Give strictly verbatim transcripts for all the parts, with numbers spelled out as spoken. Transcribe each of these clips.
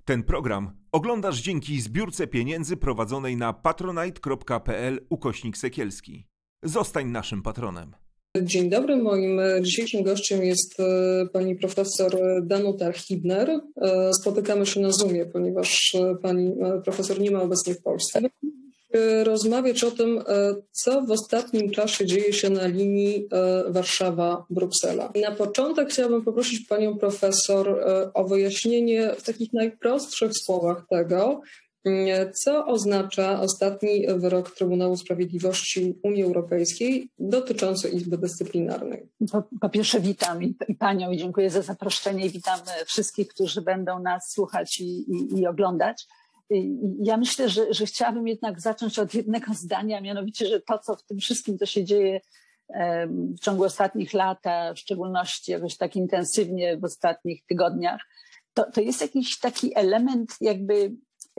Ten program oglądasz dzięki zbiórce pieniędzy prowadzonej na patronite.pl ukośnik Sekielski. Zostań naszym patronem. Dzień dobry, moim dzisiejszym gościem jest pani profesor Danuta Hibner. Spotykamy się na Zoomie, ponieważ pani profesor nie ma obecnie w Polsce. Rozmawiać o tym, co w ostatnim czasie dzieje się na linii Warszawa-Bruksela. Na początek chciałabym poprosić panią profesor o wyjaśnienie w takich najprostszych słowach tego, co oznacza ostatni wyrok Trybunału Sprawiedliwości Unii Europejskiej dotyczący Izby Dyscyplinarnej. Po, po pierwsze witam i, i panią i dziękuję za zaproszenie i witam wszystkich, którzy będą nas słuchać i, i, i oglądać. Ja myślę, że, że chciałabym jednak zacząć od jednego zdania, mianowicie, że to, co w tym wszystkim, co się dzieje w ciągu ostatnich lat, a w szczególności jakoś tak intensywnie w ostatnich tygodniach, to, to jest jakiś taki element jakby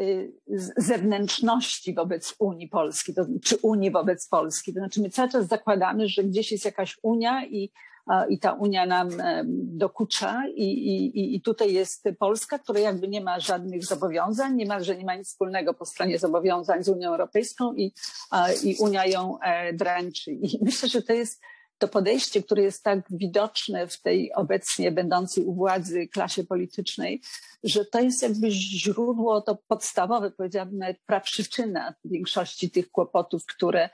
zewnętrzności wobec Unii Polskiej, to, czy Unii wobec Polski. To znaczy my cały czas zakładamy, że gdzieś jest jakaś Unia i i ta Unia nam dokucza i, i, i tutaj jest Polska, która jakby nie ma żadnych zobowiązań, nie ma, że nie ma nic wspólnego po stronie zobowiązań z Unią Europejską i, i Unia ją dręczy. I myślę, że to jest to podejście, które jest tak widoczne w tej obecnie będącej u władzy klasie politycznej, że to jest jakby źródło, to podstawowe, powiedziałabym nawet praprzyczyna większości tych kłopotów, które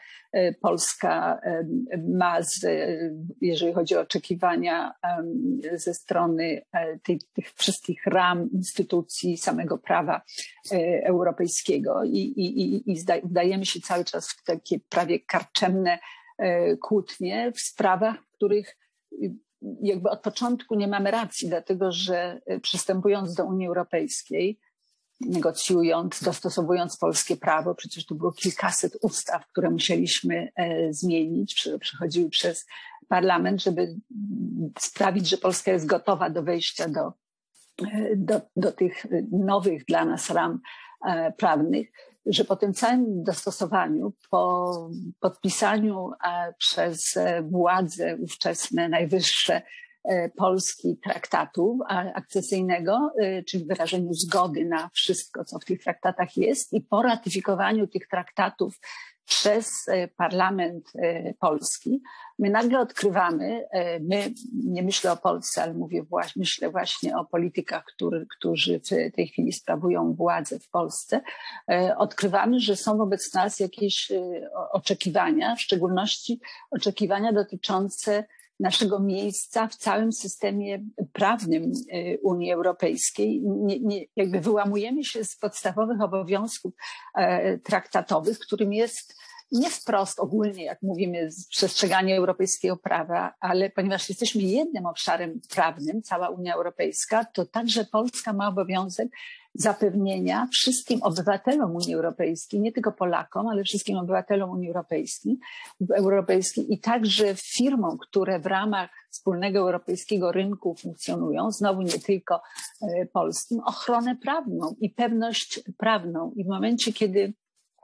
Polska ma, z, jeżeli chodzi o oczekiwania ze strony tych, tych wszystkich ram instytucji samego prawa europejskiego. I, i, i wdajemy się cały czas w takie prawie karczemne kłótnie w sprawach, w których jakby od początku nie mamy racji, dlatego że przystępując do Unii Europejskiej, negocjując, dostosowując polskie prawo, przecież tu było kilkaset ustaw, które musieliśmy zmienić, przechodziły przez parlament, żeby sprawić, że Polska jest gotowa do wejścia do, do, do tych nowych dla nas ram prawnych, że po tym całym dostosowaniu, po podpisaniu przez władze ówczesne, najwyższe Polski traktatu akcesyjnego, czyli wyrażeniu zgody na wszystko, co w tych traktatach jest i po ratyfikowaniu tych traktatów przez parlament polski, my nagle odkrywamy, my nie myślę o Polsce, ale mówię właśnie, myślę właśnie o politykach, który, którzy w tej chwili sprawują władzę w Polsce, odkrywamy, że są wobec nas jakieś oczekiwania, w szczególności oczekiwania dotyczące naszego miejsca w całym systemie prawnym Unii Europejskiej. Nie, nie, jakby wyłamujemy się z podstawowych obowiązków e, traktatowych, którym jest nie wprost ogólnie, jak mówimy, przestrzeganie europejskiego prawa, ale ponieważ jesteśmy jednym obszarem prawnym, cała Unia Europejska, to także Polska ma obowiązek zapewnienia wszystkim obywatelom Unii Europejskiej, nie tylko Polakom, ale wszystkim obywatelom Unii Europejskiej, Europejskiej i także firmom, które w ramach wspólnego europejskiego rynku funkcjonują, znowu nie tylko polskim, ochronę prawną i pewność prawną. I w momencie, kiedy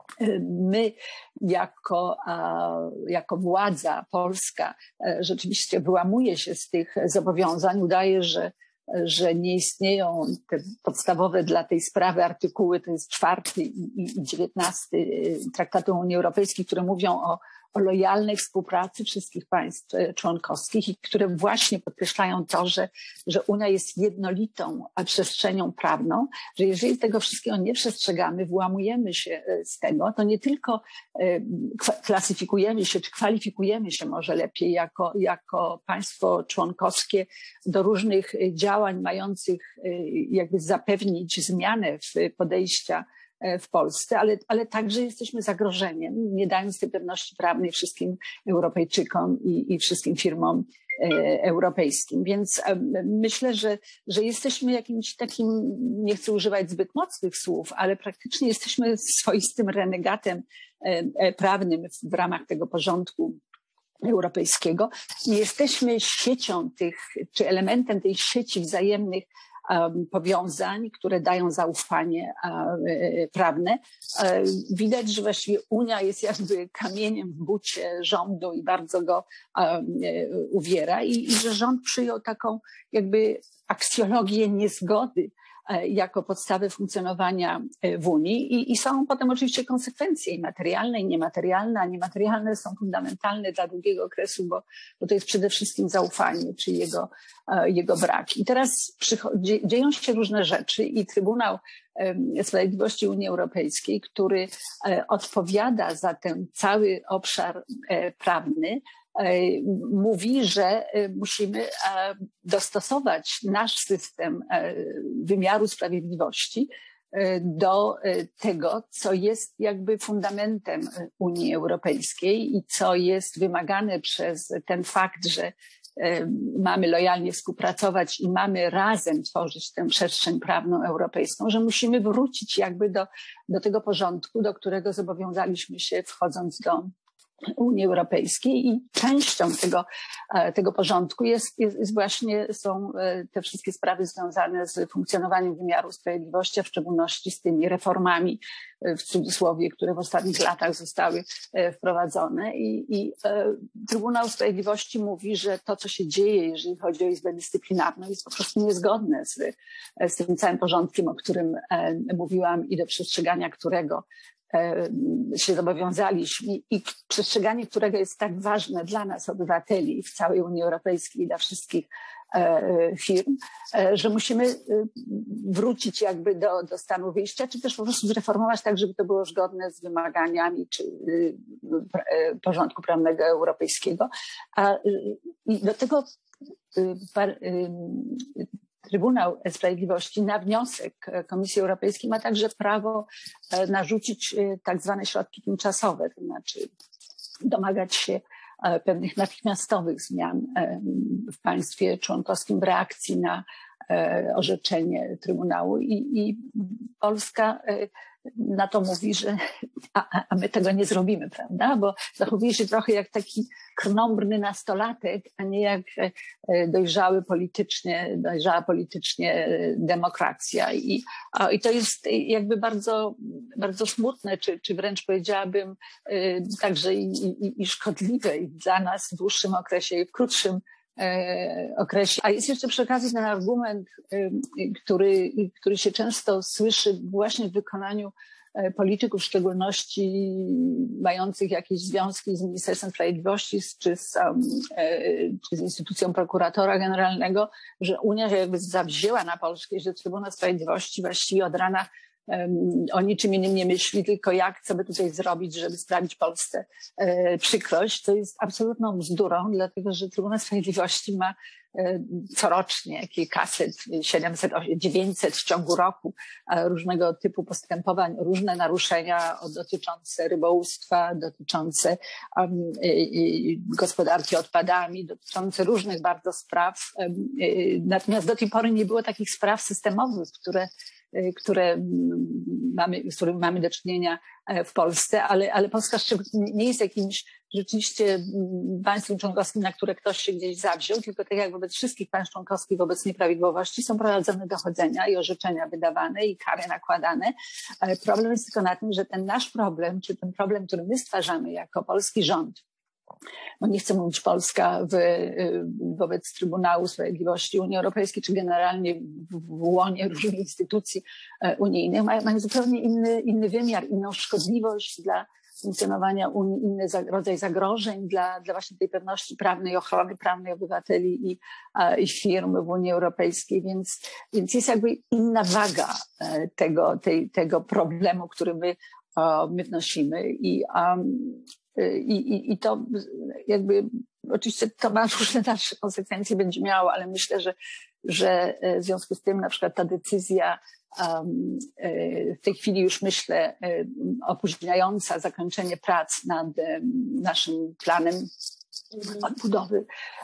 my jako, jako władza polska rzeczywiście wyłamuje się z tych zobowiązań, udaje, że że nie istnieją te podstawowe dla tej sprawy artykuły, to jest czwarty i dziewiętnasty Traktatu Unii Europejskiej, które mówią o, o lojalnej współpracy wszystkich państw członkowskich i które właśnie podkreślają to, że, że Unia jest jednolitą przestrzenią prawną, że jeżeli tego wszystkiego nie przestrzegamy, włamujemy się z tego, to nie tylko klasyfikujemy się, czy kwalifikujemy się może lepiej jako, jako państwo członkowskie do różnych działań mających jakby zapewnić zmianę w podejścia w Polsce, ale, ale także jesteśmy zagrożeniem, nie dając tej pewności prawnej wszystkim Europejczykom i, i wszystkim firmom e, europejskim. Więc e, myślę, że, że jesteśmy jakimś takim, nie chcę używać zbyt mocnych słów, ale praktycznie jesteśmy swoistym renegatem e, e, prawnym w, w ramach tego porządku europejskiego. Nie jesteśmy siecią tych, czy elementem tej sieci wzajemnych powiązań, które dają zaufanie prawne. Widać, że właściwie Unia jest jakby kamieniem w bucie rządu i bardzo go uwiera i, i że rząd przyjął taką jakby aksjologię niezgody jako podstawę funkcjonowania w Unii i, i są potem oczywiście konsekwencje i materialne, i niematerialne, a niematerialne są fundamentalne dla długiego okresu, bo, bo to jest przede wszystkim zaufanie, czy jego, jego brak. I teraz przychodzi, dzieją się różne rzeczy i Trybunał Sprawiedliwości Unii Europejskiej, który odpowiada za ten cały obszar prawny, mówi, że musimy dostosować nasz system wymiaru sprawiedliwości do tego, co jest jakby fundamentem Unii Europejskiej i co jest wymagane przez ten fakt, że mamy lojalnie współpracować i mamy razem tworzyć tę przestrzeń prawną europejską, że musimy wrócić jakby do, do tego porządku, do którego zobowiązaliśmy się wchodząc do Unii Europejskiej i częścią tego, tego porządku jest, jest, jest właśnie są te wszystkie sprawy związane z funkcjonowaniem wymiaru sprawiedliwości, a w szczególności z tymi reformami w cudzysłowie, które w ostatnich latach zostały wprowadzone i, i Trybunał Sprawiedliwości mówi, że to, co się dzieje, jeżeli chodzi o Izbę Dyscyplinarną, jest po prostu niezgodne z, z tym całym porządkiem, o którym mówiłam i do przestrzegania którego się zobowiązaliśmy i przestrzeganie którego jest tak ważne dla nas, obywateli w całej Unii Europejskiej i dla wszystkich firm, że musimy wrócić jakby do, do stanu wyjścia, czy też po prostu zreformować tak, żeby to było zgodne z wymaganiami czy porządku prawnego europejskiego. A, i do tego Trybunał Sprawiedliwości na wniosek Komisji Europejskiej ma także prawo narzucić tak zwane środki tymczasowe, to znaczy domagać się pewnych natychmiastowych zmian w państwie członkowskim w reakcji na orzeczenie Trybunału i, i Polska na to mówi, że a, a my tego nie zrobimy, prawda? Bo zachowuje się trochę jak taki krnąbrny nastolatek, a nie jak dojrzały politycznie, dojrzała politycznie demokracja. I, a, i to jest jakby bardzo, bardzo smutne, czy, czy wręcz powiedziałabym także i, i, i szkodliwe i dla nas w dłuższym okresie i w krótszym okresie. A jest jeszcze przy okazji ten argument, który, który się często słyszy właśnie w wykonaniu polityków, w szczególności mających jakieś związki z Ministerstwem Sprawiedliwości czy z, czy z instytucją prokuratora generalnego, że Unia się jakby zawzięła na Polskę, że Trybunał Sprawiedliwości właściwie od rana o niczym innym nie myśli, tylko jak, co by tutaj zrobić, żeby sprawić Polsce e, przykrość. To jest absolutną bzdurą, dlatego że Trybunał Sprawiedliwości ma e, corocznie kilkaset, siedemset, dziewięćset w ciągu roku e, różnego typu postępowań, różne naruszenia dotyczące rybołówstwa, dotyczące um, e, e, gospodarki odpadami, dotyczące różnych bardzo spraw. E, e, natomiast do tej pory nie było takich spraw systemowych, które które mamy, z którymi mamy do czynienia w Polsce, ale, ale Polska nie jest jakimś rzeczywiście państwem członkowskim, na które ktoś się gdzieś zawziął, tylko tak jak wobec wszystkich państw członkowskich wobec nieprawidłowości są prowadzone dochodzenia i orzeczenia wydawane i kary nakładane. Ale problem jest tylko na tym, że ten nasz problem, czy ten problem, który my stwarzamy jako polski rząd, no nie chcę mówić Polska w, wobec Trybunału Sprawiedliwości Unii Europejskiej, czy generalnie w, w łonie różnych instytucji unijnych, mają, mają zupełnie inny, inny wymiar, inną szkodliwość dla funkcjonowania Unii, inny za, rodzaj zagrożeń dla, dla właśnie tej pewności prawnej, ochrony prawnej obywateli i, i firm w Unii Europejskiej, więc, więc jest jakby inna waga tego, tej, tego problemu, który my, my wnosimy i um, I, i, I to jakby, oczywiście to ma różne dalsze konsekwencje będzie miało, ale myślę, że, że w związku z tym na przykład ta decyzja um, w tej chwili już myślę opóźniająca zakończenie prac nad naszym planem odbudowy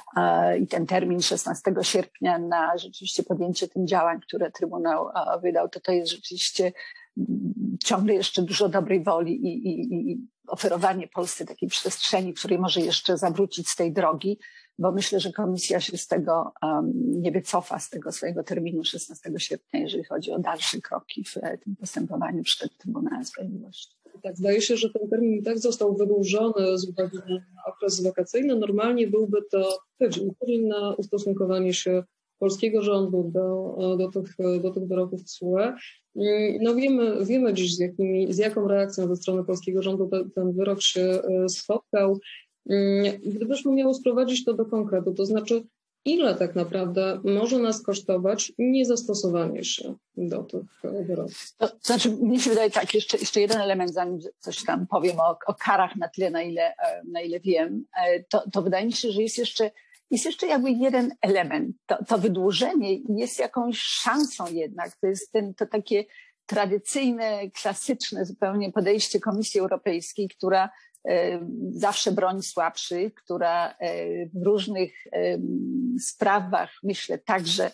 i ten termin szesnastego sierpnia na rzeczywiście podjęcie tych działań, które Trybunał wydał, to to jest rzeczywiście ciągle jeszcze dużo dobrej woli i, i, i oferowanie Polsce takiej przestrzeni, w której może jeszcze zawrócić z tej drogi, bo myślę, że Komisja się z tego um, nie wycofa, z tego swojego terminu szesnastego sierpnia, jeżeli chodzi o dalsze kroki w tym postępowaniu przed Trybunałem Sprawiedliwości. Tak, zdaje się, że ten termin i tak został wydłużony z uwagi na okres wakacyjny. Normalnie byłby to tydzień, tydzień na ustosunkowanie się polskiego rządu do, do, tych, do tych wyroków T S U E. No wiemy, wiemy dziś, z, jakimi, z jaką reakcją ze strony polskiego rządu te, ten wyrok się spotkał. Gdybyśmy miały sprowadzić to do konkretu, to znaczy, ile tak naprawdę może nas kosztować niezastosowanie się do tych wyroków? To, to znaczy, mnie się wydaje tak, jeszcze, jeszcze jeden element, zanim coś tam powiem o, o karach na tyle, na ile, na ile wiem, to, to wydaje mi się, że jest jeszcze, jest jeszcze jakby jeden element. To, to wydłużenie jest jakąś szansą jednak. To jest ten, to takie tradycyjne, klasyczne zupełnie podejście Komisji Europejskiej, która zawsze broni słabszych, która w różnych sprawach, myślę, także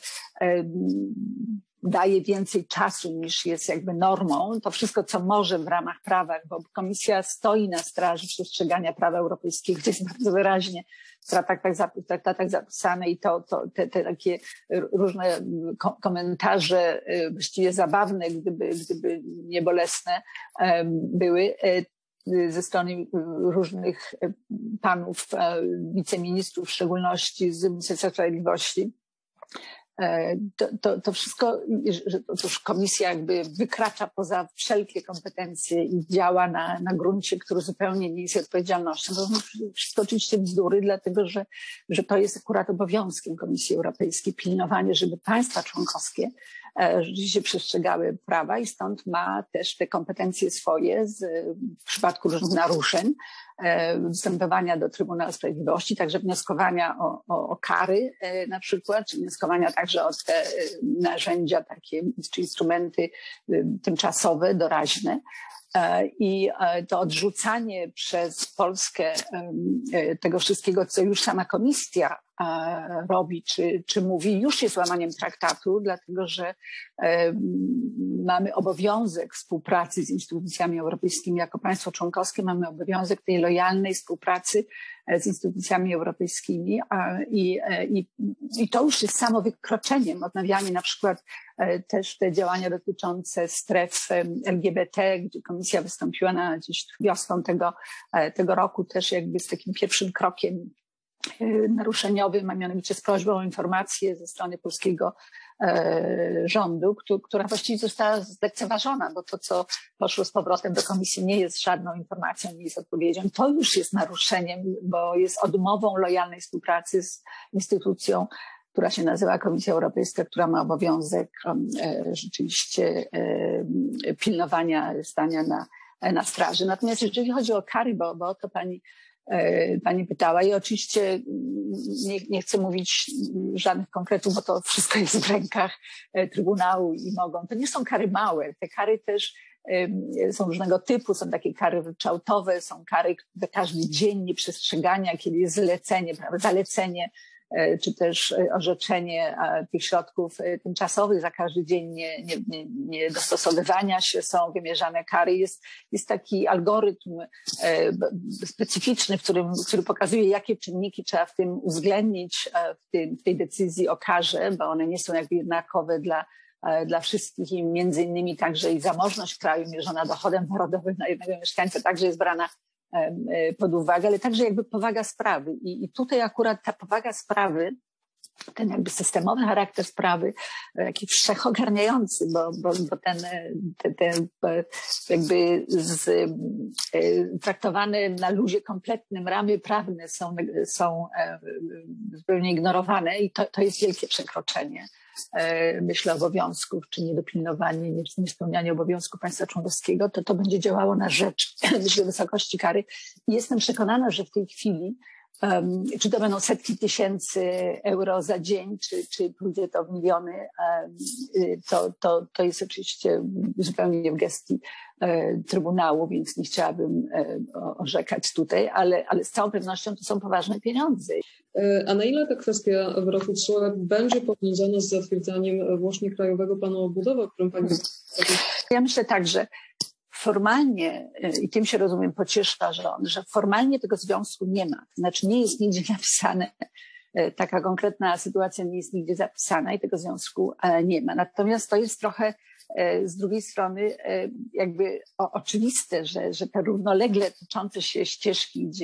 daje więcej czasu niż jest jakby normą. To wszystko, co może w ramach prawa, bo Komisja stoi na straży przestrzegania prawa europejskiego, to jest bardzo wyraźnie w traktatach, w traktatach zapisane i to, to te, te takie różne komentarze właściwie zabawne, gdyby, gdyby nie bolesne były, ze strony różnych panów wiceministrów, w szczególności z Ministerstwa Sprawiedliwości. To, to, to wszystko, że otóż komisja jakby wykracza poza wszelkie kompetencje i działa na, na gruncie, który zupełnie nie jest odpowiedzialnością. To są wszystko oczywiście bzdury, dlatego że, że to jest akurat obowiązkiem Komisji Europejskiej pilnowanie, żeby państwa członkowskie rzeczywiście przestrzegały prawa i stąd ma też te kompetencje swoje z, w przypadku różnych naruszeń, występowania do Trybunału Sprawiedliwości, także wnioskowania o, o, o kary na przykład, czy wnioskowania także o te narzędzia takie, czy instrumenty tymczasowe, doraźne. I to odrzucanie przez Polskę tego wszystkiego, co już sama komisja robi, czy, czy mówi, już jest łamaniem traktatu, dlatego że mamy obowiązek współpracy z instytucjami europejskimi jako państwo członkowskie, mamy obowiązek tej lojalnej współpracy z instytucjami europejskimi i, i, i to już jest samo wykroczeniem. Odnawianie na przykład też te działania dotyczące stref L G B T, gdzie komisja wystąpiła na gdzieś wiosną tego, tego roku też jakby z takim pierwszym krokiem naruszeniowym, a mianowicie z prośbą o informację ze strony polskiego e, rządu, który, która właściwie została zlekceważona, bo to, co poszło z powrotem do komisji, nie jest żadną informacją, nie jest odpowiedzią. To już jest naruszeniem, bo jest odmową lojalnej współpracy z instytucją, która się nazywa Komisja Europejska, która ma obowiązek e, rzeczywiście e, pilnowania, stania na, na straży. Natomiast jeżeli chodzi o kary, bo, bo o to pani Pani pytała i oczywiście nie, nie chcę mówić żadnych konkretów, bo to wszystko jest w rękach Trybunału i mogą. To nie są kary małe. Te kary też są różnego typu. Są takie kary ryczałtowe, są kary za każdy dzień nieprzestrzegania, kiedy jest zlecenie, prawda, zalecenie, czy też orzeczenie tych środków tymczasowych za każdy dzień nie, nie, nie, nie dostosowywania się, są wymierzane kary. Jest, jest taki algorytm specyficzny, w którym, który pokazuje, jakie czynniki trzeba w tym uwzględnić w, tym, w tej decyzji o karze, bo one nie są jakby jednakowe dla dla wszystkich i między innymi także i zamożność kraju mierzona dochodem narodowym na jednego mieszkańca także jest brana pod uwagę, ale także jakby powaga sprawy. I, i tutaj akurat ta powaga sprawy, ten jakby systemowy charakter sprawy, taki wszechogarniający, bo, bo, bo ten, ten, ten jakby z, traktowane na luzie kompletnym ramy prawne są, są zupełnie ignorowane i to, to jest wielkie przekroczenie, myślę, obowiązków, czy niedopilnowanie, niespełnianie obowiązku państwa członkowskiego, to to będzie działało na rzecz, myślę, wysokości kary. I jestem przekonana, że w tej chwili Um, czy to będą setki tysięcy euro za dzień, czy, czy pójdzie to w miliony, um, to, to, to jest oczywiście zupełnie w gestii um, Trybunału, więc nie chciałabym um, orzekać tutaj, ale, ale z całą pewnością to są poważne pieniądze. A na ile ta kwestia wyroku T S U E będzie powiązana z zatwierdzaniem właśnie Krajowego Planu Odbudowy, o którym Pani... Ja myślę tak, że formalnie, i tym się rozumiem pociesza rząd, że formalnie tego związku nie ma. To znaczy nie jest nigdzie napisane, taka konkretna sytuacja nie jest nigdzie zapisana i tego związku nie ma. Natomiast to jest trochę z drugiej strony jakby oczywiste, że, że te równolegle toczące się ścieżki, gdzie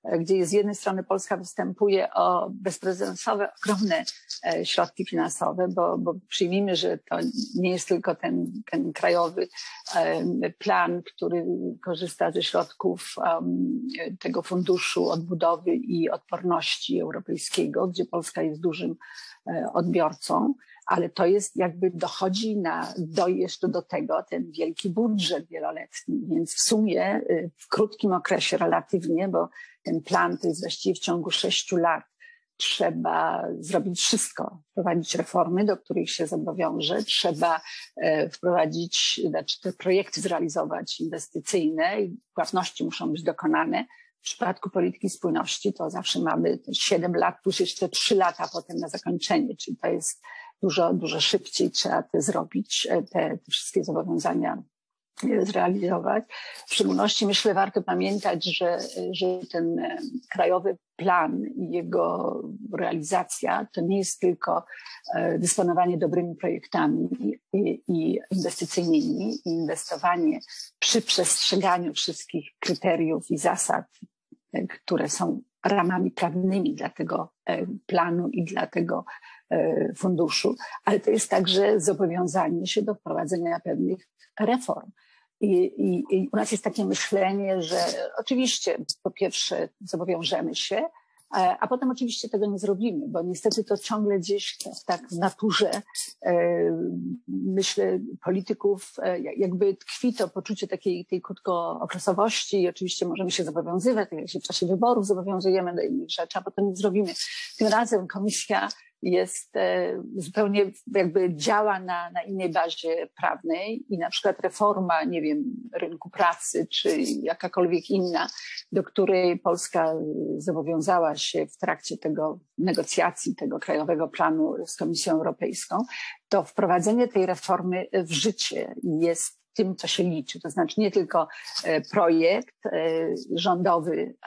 gdzie z jednej strony Polska występuje o bezprecedensowe, ogromne środki finansowe, bo, bo przyjmijmy, że to nie jest tylko ten, ten krajowy plan, który korzysta ze środków tego Funduszu Odbudowy i Odporności Europejskiego, gdzie Polska jest dużym odbiorcą, ale to jest jakby dochodzi na, do jeszcze do tego ten wielki budżet wieloletni, więc w sumie w krótkim okresie relatywnie, bo ten plan to jest właściwie w ciągu sześciu lat, trzeba zrobić wszystko, wprowadzić reformy, do których się zobowiąże, trzeba wprowadzić, znaczy te projekty zrealizować inwestycyjne i płatności muszą być dokonane. W przypadku polityki spójności to zawsze mamy siedem lat plus jeszcze trzy lata potem na zakończenie, czyli to jest dużo, dużo szybciej trzeba te zrobić, te, te wszystkie zobowiązania zrealizować. W szczególności myślę, warto pamiętać, że, że ten krajowy plan i jego realizacja to nie jest tylko dysponowanie dobrymi projektami i, i inwestycyjnymi, i inwestowanie przy przestrzeganiu wszystkich kryteriów i zasad, które są ramami prawnymi dla tego planu i dla tego funduszu, ale to jest także zobowiązanie się do wprowadzenia pewnych reform. I, i, I u nas jest takie myślenie, że oczywiście po pierwsze zobowiążemy się, a potem oczywiście tego nie zrobimy, bo niestety to ciągle gdzieś tak w naturze, myślę, polityków jakby tkwi to poczucie takiej tej krótkookresowości i oczywiście możemy się zobowiązywać, tak jak się w czasie wyborów zobowiązujemy do innych rzeczy, a potem nie zrobimy. Tym razem komisja jest zupełnie jakby działa na, na innej bazie prawnej i na przykład reforma, nie wiem, rynku pracy czy jakakolwiek inna, do której Polska zobowiązała się w trakcie tego negocjacji, tego krajowego planu z Komisją Europejską, to wprowadzenie tej reformy w życie jest tym, co się liczy. To znaczy nie tylko projekt rządowy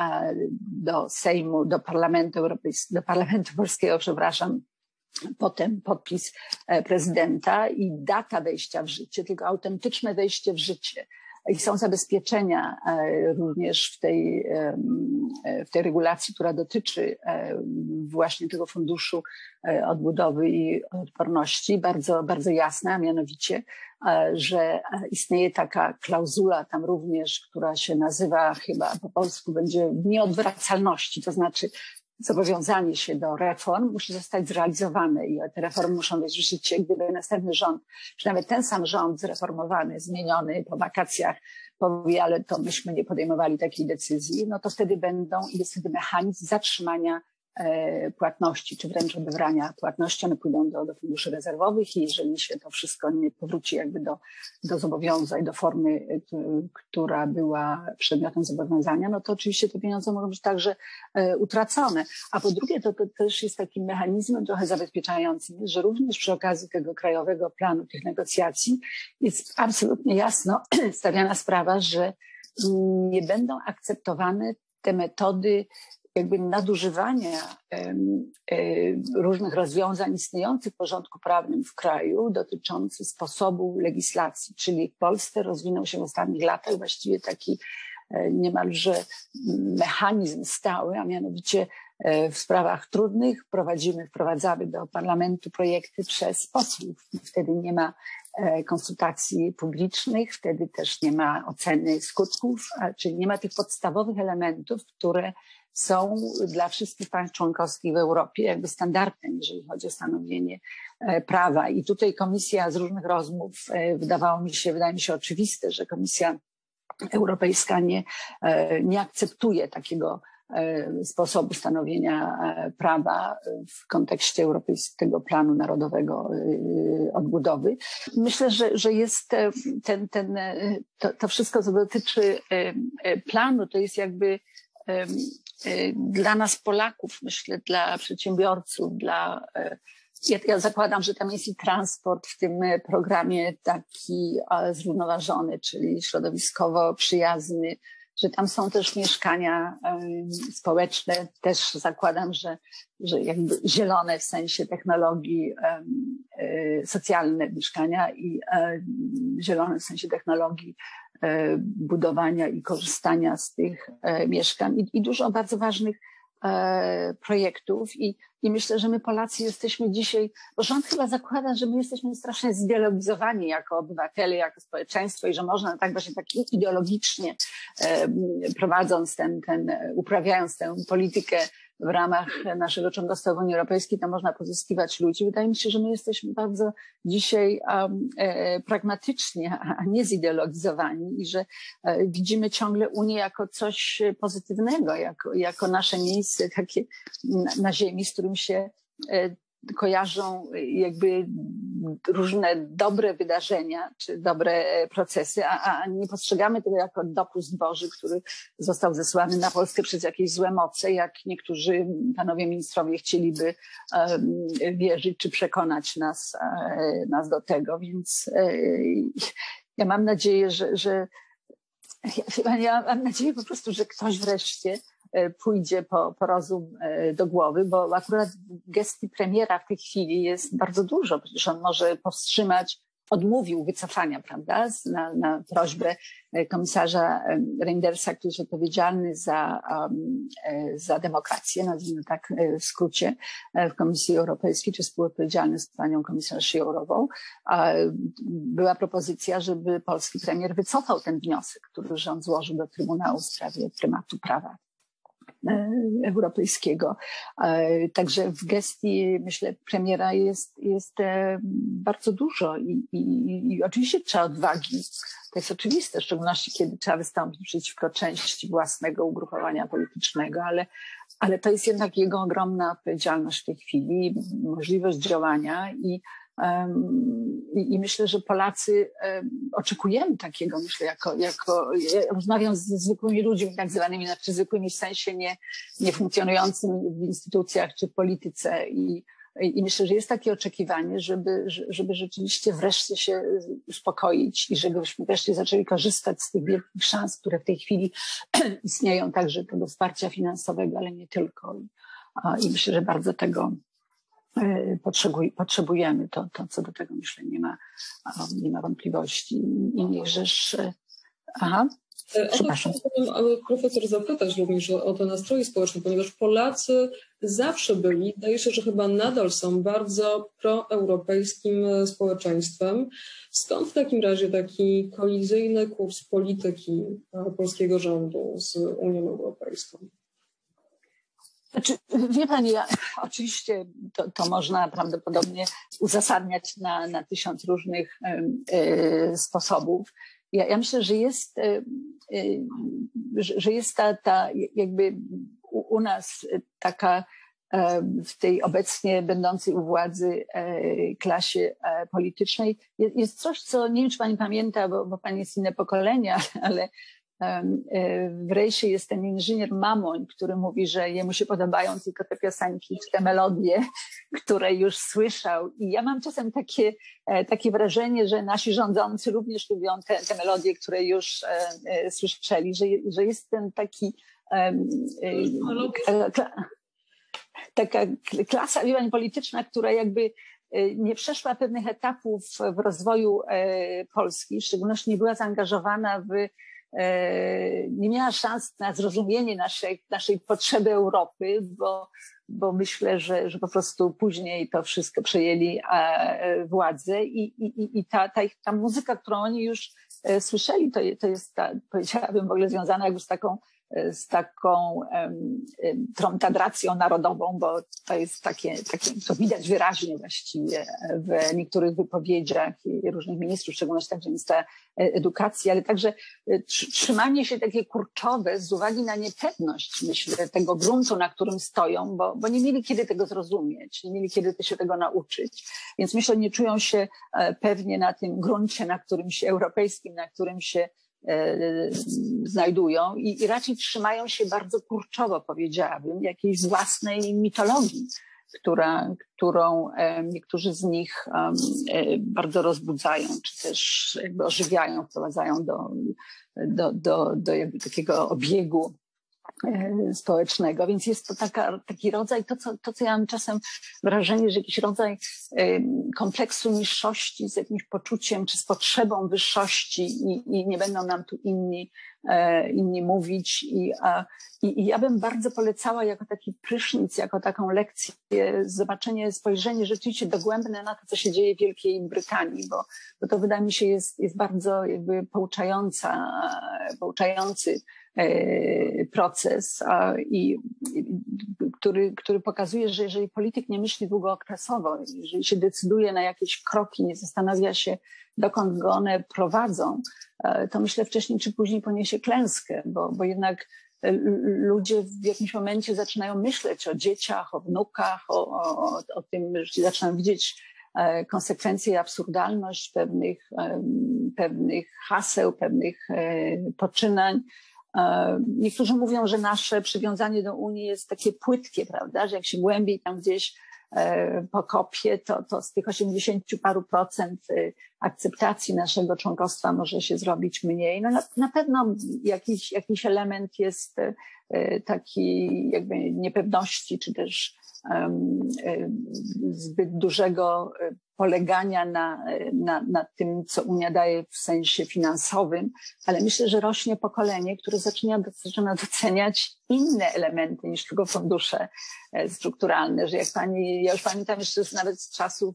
do Sejmu, do Parlamentu Europejskiego, do Parlamentu Polskiego, przepraszam, potem podpis prezydenta i data wejścia w życie, tylko autentyczne wejście w życie. I są zabezpieczenia również w tej, w tej regulacji, która dotyczy właśnie tego Funduszu Odbudowy i Odporności, bardzo, bardzo jasne, a mianowicie, że istnieje taka klauzula tam również, która się nazywa chyba po polsku będzie nieodwracalności, to znaczy zobowiązanie się do reform musi zostać zrealizowane i te reformy muszą wejść w życie. Gdyby następny rząd, czy nawet ten sam rząd zreformowany, zmieniony po wakacjach powie, ale to myśmy nie podejmowali takiej decyzji, no to wtedy będą, i jest wtedy mechanizm zatrzymania płatności, czy wręcz odebrania płatności, one pójdą do, do funduszy rezerwowych i jeżeli się to wszystko nie powróci jakby do, do zobowiązań, do formy, która była przedmiotem zobowiązania, no to oczywiście te pieniądze mogą być także utracone. A po drugie, to, to też jest takim mechanizmem trochę zabezpieczającym, że również przy okazji tego krajowego planu, tych negocjacji jest absolutnie jasno stawiana sprawa, że nie będą akceptowane te metody jakby nadużywania um, y, różnych rozwiązań istniejących w porządku prawnym w kraju dotyczących sposobu legislacji. Czyli w Polsce rozwinął się w ostatnich latach właściwie taki e, niemalże mechanizm stały, a mianowicie e, w sprawach trudnych prowadzimy, wprowadzamy do parlamentu projekty przez posłów. Wtedy nie ma e, konsultacji publicznych, wtedy też nie ma oceny skutków, a, czyli nie ma tych podstawowych elementów, które są dla wszystkich państw członkowskich w Europie jakby standardem, jeżeli chodzi o stanowienie prawa. I tutaj komisja z różnych rozmów, wydawało mi się, wydaje mi się oczywiste, że Komisja Europejska nie, nie akceptuje takiego sposobu stanowienia prawa w kontekście Europejskiego Planu Narodowego Odbudowy. Myślę, że, że jest ten, ten, to, to wszystko, co dotyczy planu, to jest jakby dla nas Polaków, myślę, dla przedsiębiorców, dla, ja, ja zakładam, że tam jest i transport w tym programie taki zrównoważony, czyli środowiskowo przyjazny, że tam są też mieszkania społeczne, też zakładam, że, że jakby zielone w sensie technologii, socjalne mieszkania i zielone w sensie technologii budowania i korzystania z tych mieszkań i, i dużo bardzo ważnych projektów i, i myślę, że my Polacy jesteśmy dzisiaj, bo rząd chyba zakłada, że my jesteśmy strasznie zideologizowani jako obywatele, jako społeczeństwo i że można tak właśnie tak ideologicznie prowadząc ten, ten, uprawiając tę politykę w ramach naszego członkostwa w Unii Europejskiej, to można pozyskiwać ludzi. Wydaje mi się, że my jesteśmy bardzo dzisiaj um, e, pragmatyczni, a nie zideologizowani i że e, widzimy ciągle Unię jako coś pozytywnego, jako, jako nasze miejsce takie na, na ziemi, z którym się e, kojarzą jakby różne dobre wydarzenia czy dobre procesy, a, a nie postrzegamy tego jako dopust Boży, który został zesłany na Polskę przez jakieś złe moce, jak niektórzy panowie ministrowie chcieliby um, wierzyć czy przekonać nas, um, nas do tego. Więc um, ja mam nadzieję, że, że ja, ja mam nadzieję po prostu, że ktoś wreszcie pójdzie po, po rozum do głowy, bo akurat gestii premiera w tej chwili jest bardzo dużo. Przecież on może powstrzymać, odmówił wycofania, prawda, na, na prośbę komisarza Reindersa, który jest odpowiedzialny za, um, za demokrację, nazwijmy tak w skrócie, w Komisji Europejskiej, czy współodpowiedzialny z panią komisarz Jourową. Była propozycja, żeby polski premier wycofał ten wniosek, który rząd złożył do Trybunału w sprawie prymatu prawa europejskiego. Także w gestii, myślę, premiera jest, jest bardzo dużo i, i, i oczywiście trzeba odwagi. To jest oczywiste, w szczególności kiedy trzeba wystąpić przeciwko części własnego ugrupowania politycznego, ale, ale to jest jednak jego ogromna odpowiedzialność w tej chwili, możliwość działania i I, I myślę, że Polacy um, oczekujemy takiego, myślę, jako, jako ja rozmawiam z zwykłymi ludźmi, tak zwanymi, znaczy zwykłymi w sensie nie, nie funkcjonującymi w instytucjach czy w polityce i, i myślę, że jest takie oczekiwanie, żeby, żeby rzeczywiście wreszcie się uspokoić i żebyśmy wreszcie zaczęli korzystać z tych wielkich szans, które w tej chwili istnieją także tego wsparcia finansowego, ale nie tylko. I, i myślę, że bardzo tego Potrzebuj, potrzebujemy, to, to co do tego myślę nie ma, nie ma wątpliwości i niechżeż... Aha, przepraszam. Chciałabym profesor zapytać również o te nastroje społeczne, ponieważ Polacy zawsze byli, wydaje się, że chyba nadal są bardzo proeuropejskim społeczeństwem. Skąd w takim razie taki kolizyjny kurs polityki polskiego rządu z Unią Europejską? Znaczy, wie pani, ja, oczywiście to, to można prawdopodobnie uzasadniać na, na tysiąc różnych y, sposobów. Ja, ja myślę, że jest, y, y, że jest ta, ta jakby u, u nas taka y, w tej obecnie będącej u władzy y, klasie y, politycznej jest, jest coś, co nie wiem, czy pani pamięta, bo, bo pani jest inne pokolenia, ale w rejsie jest ten inżynier Mamoń, który mówi, że jemu się podobają tylko te piosenki czy te melodie, które już słyszał. I ja mam czasem takie, takie wrażenie, że nasi rządzący również lubią te, te melodie, które już e, słyszeli, że, że jest ten taki e, e, taka klasa polityczna, która jakby nie przeszła pewnych etapów w rozwoju Polski, w szczególności nie była zaangażowana w nie miała szans na zrozumienie naszej, naszej potrzeby Europy, bo, bo myślę, że, że po prostu później to wszystko przejęli władzę i, i, i ta, ta, ta muzyka, którą oni już słyszeli, to, to jest, ta, powiedziałabym, w ogóle związana jakby z taką z taką um, tromtadracją narodową, bo to jest takie, takie, to widać wyraźnie właściwie w niektórych wypowiedziach różnych ministrów, w szczególności także ministra edukacji, ale także trzymanie się takie kurczowe z uwagi na niepewność, myślę, tego gruntu, na którym stoją, bo, bo nie mieli kiedy tego zrozumieć, nie mieli kiedy się tego nauczyć, więc myślę, nie czują się pewnie na tym gruncie, na którym się europejskim, na którym się znajdują i, i raczej trzymają się bardzo kurczowo, powiedziałabym, jakiejś własnej mitologii, która, którą niektórzy z nich bardzo rozbudzają, czy też jakby ożywiają, wprowadzają do, do, do, do jakby takiego obiegu społecznego, więc jest to taka, taki rodzaj, to co, to co ja mam czasem wrażenie, że jakiś rodzaj kompleksu niższości z jakimś poczuciem czy z potrzebą wyższości i, i nie będą nam tu inni, inni mówić i, i, i ja bym bardzo polecała jako taki prysznic, jako taką lekcję zobaczenie, spojrzenie rzeczywiście dogłębne na to, co się dzieje w Wielkiej Brytanii, bo, bo to wydaje mi się jest, jest bardzo jakby pouczająca, pouczający proces, i, który, który pokazuje, że jeżeli polityk nie myśli długookresowo, jeżeli się decyduje na jakieś kroki, nie zastanawia się, dokąd go one prowadzą, to myślę wcześniej czy później poniesie klęskę, bo, bo jednak ludzie w jakimś momencie zaczynają myśleć o dzieciach, o wnukach, o, o, o tym, że zaczynają widzieć konsekwencje i absurdalność pewnych, pewnych haseł, pewnych poczynań. Niektórzy mówią, że nasze przywiązanie do Unii jest takie płytkie, prawda, że jak się głębiej tam gdzieś pokopie, to, to z tych osiemdziesięciu paru procent akceptacji naszego członkostwa może się zrobić mniej. No na, na pewno jakiś, jakiś element jest taki jakby niepewności, czy też um, zbyt dużego polegania na, na, na tym, co Unia daje w sensie finansowym, ale myślę, że rośnie pokolenie, które zaczyna, zaczyna doceniać inne elementy niż tylko fundusze strukturalne, że jak pani, ja już pamiętam jeszcze nawet z czasów,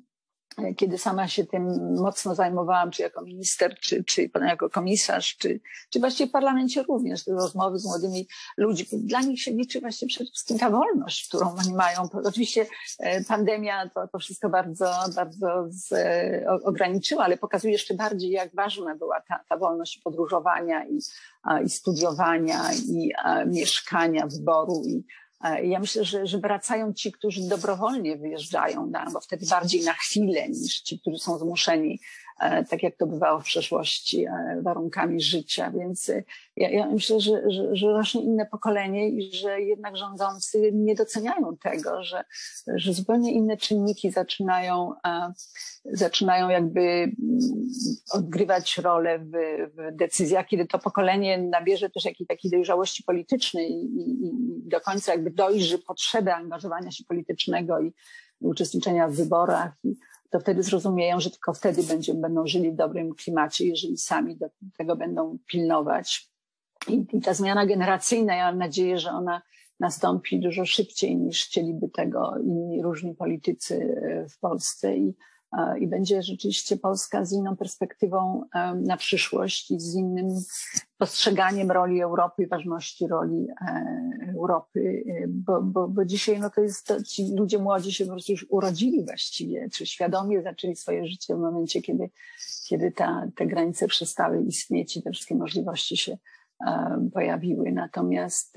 kiedy sama się tym mocno zajmowałam, czy jako minister, czy, czy jako komisarz, czy, czy właściwie w parlamencie również, te rozmowy z młodymi ludźmi. Dla nich się liczy właśnie przede wszystkim ta wolność, którą oni mają. Oczywiście pandemia to, to wszystko bardzo, bardzo z, ograniczyła, ale pokazuje jeszcze bardziej, jak ważna była ta, ta wolność podróżowania i, i studiowania, i a, mieszkania, wyboru. I, Ja myślę, że, że wracają ci, którzy dobrowolnie wyjeżdżają, na, bo wtedy bardziej na chwilę niż ci, którzy są zmuszeni, tak jak to bywało w przeszłości, warunkami życia. Więc ja, ja myślę, że, że, że rośnie inne pokolenie i że jednak rządzący nie doceniają tego, że, że zupełnie inne czynniki zaczynają, zaczynają jakby odgrywać rolę w, w decyzjach, kiedy to pokolenie nabierze też jakiejś takiej dojrzałości politycznej i, i, i do końca jakby dojrzy potrzebę angażowania się politycznego i uczestniczenia w wyborach. I to wtedy zrozumieją, że tylko wtedy będzie, będą żyli w dobrym klimacie, jeżeli sami do tego będą pilnować. I, i ta zmiana generacyjna, ja mam nadzieję, że ona nastąpi dużo szybciej niż chcieliby tego inni różni politycy w Polsce i, i będzie rzeczywiście Polska z inną perspektywą na przyszłość i z innym postrzeganiem roli Europy i ważności roli Europy, bo, bo, bo dzisiaj no to jest, to, ci ludzie młodzi się po prostu już urodzili właściwie, czy świadomie zaczęli swoje życie w momencie, kiedy, kiedy ta, te granice przestały istnieć i te wszystkie możliwości się um, pojawiły. Natomiast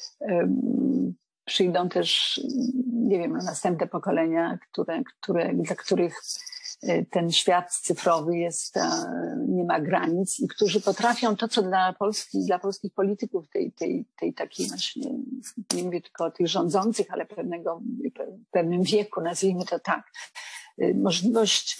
um, przyjdą też, nie wiem, następne pokolenia, które, które, dla których ten świat cyfrowy jest, nie ma granic i którzy potrafią to, co dla Polski, dla polskich polityków, tej, tej, tej takiej właśnie, nie mówię tylko o tych rządzących, ale pewnego, w pewnym wieku, nazwijmy to tak, możliwość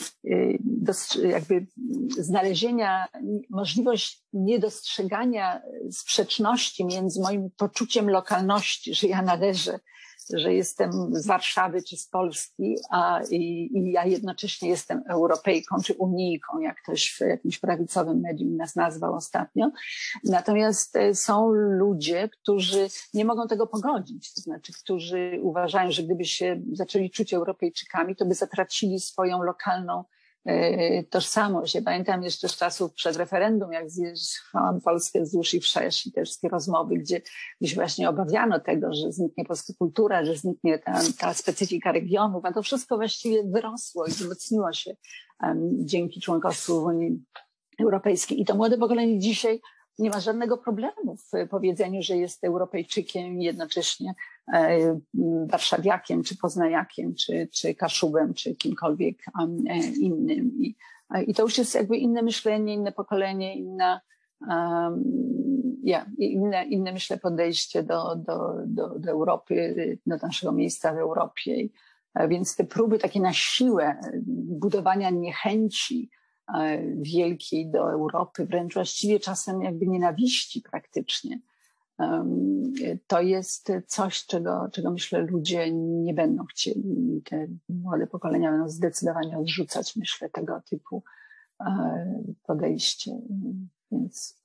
jakby znalezienia, możliwość niedostrzegania sprzeczności między moim poczuciem lokalności, że ja należę, że jestem z Warszawy czy z Polski, a i, i ja jednocześnie jestem Europejką czy Unijką, jak ktoś w jakimś prawicowym medium nas nazwał ostatnio. Natomiast są ludzie, którzy nie mogą tego pogodzić, to znaczy, którzy uważają, że gdyby się zaczęli czuć Europejczykami, to by zatracili swoją lokalną tożsamość. Ja pamiętam jeszcze z czasów przed referendum, jak zjechałam Polskę wzdłuż i wszerz i te wszystkie rozmowy, gdzie, gdzie się właśnie obawiano tego, że zniknie polska kultura, że zniknie ta, ta specyfika regionów, a to wszystko właściwie wyrosło i wzmocniło się um, dzięki członkostwu w Unii Europejskiej. I to młode pokolenie dzisiaj nie ma żadnego problemu w powiedzeniu, że jest Europejczykiem i jednocześnie e, warszawiakiem, czy poznajakiem, czy, czy kaszubem, czy kimkolwiek um, e, innym. I, I to już jest jakby inne myślenie, inne pokolenie, inna, um, yeah, inne, inne myślę podejście do, do, do, do Europy, do naszego miejsca w Europie. I, a więc te próby takie na siłę budowania niechęci wielkiej do Europy, wręcz właściwie czasem jakby nienawiści praktycznie, to jest coś, czego, czego myślę ludzie nie będą chcieli. Te młode pokolenia będą zdecydowanie odrzucać, myślę, tego typu podejście. Więc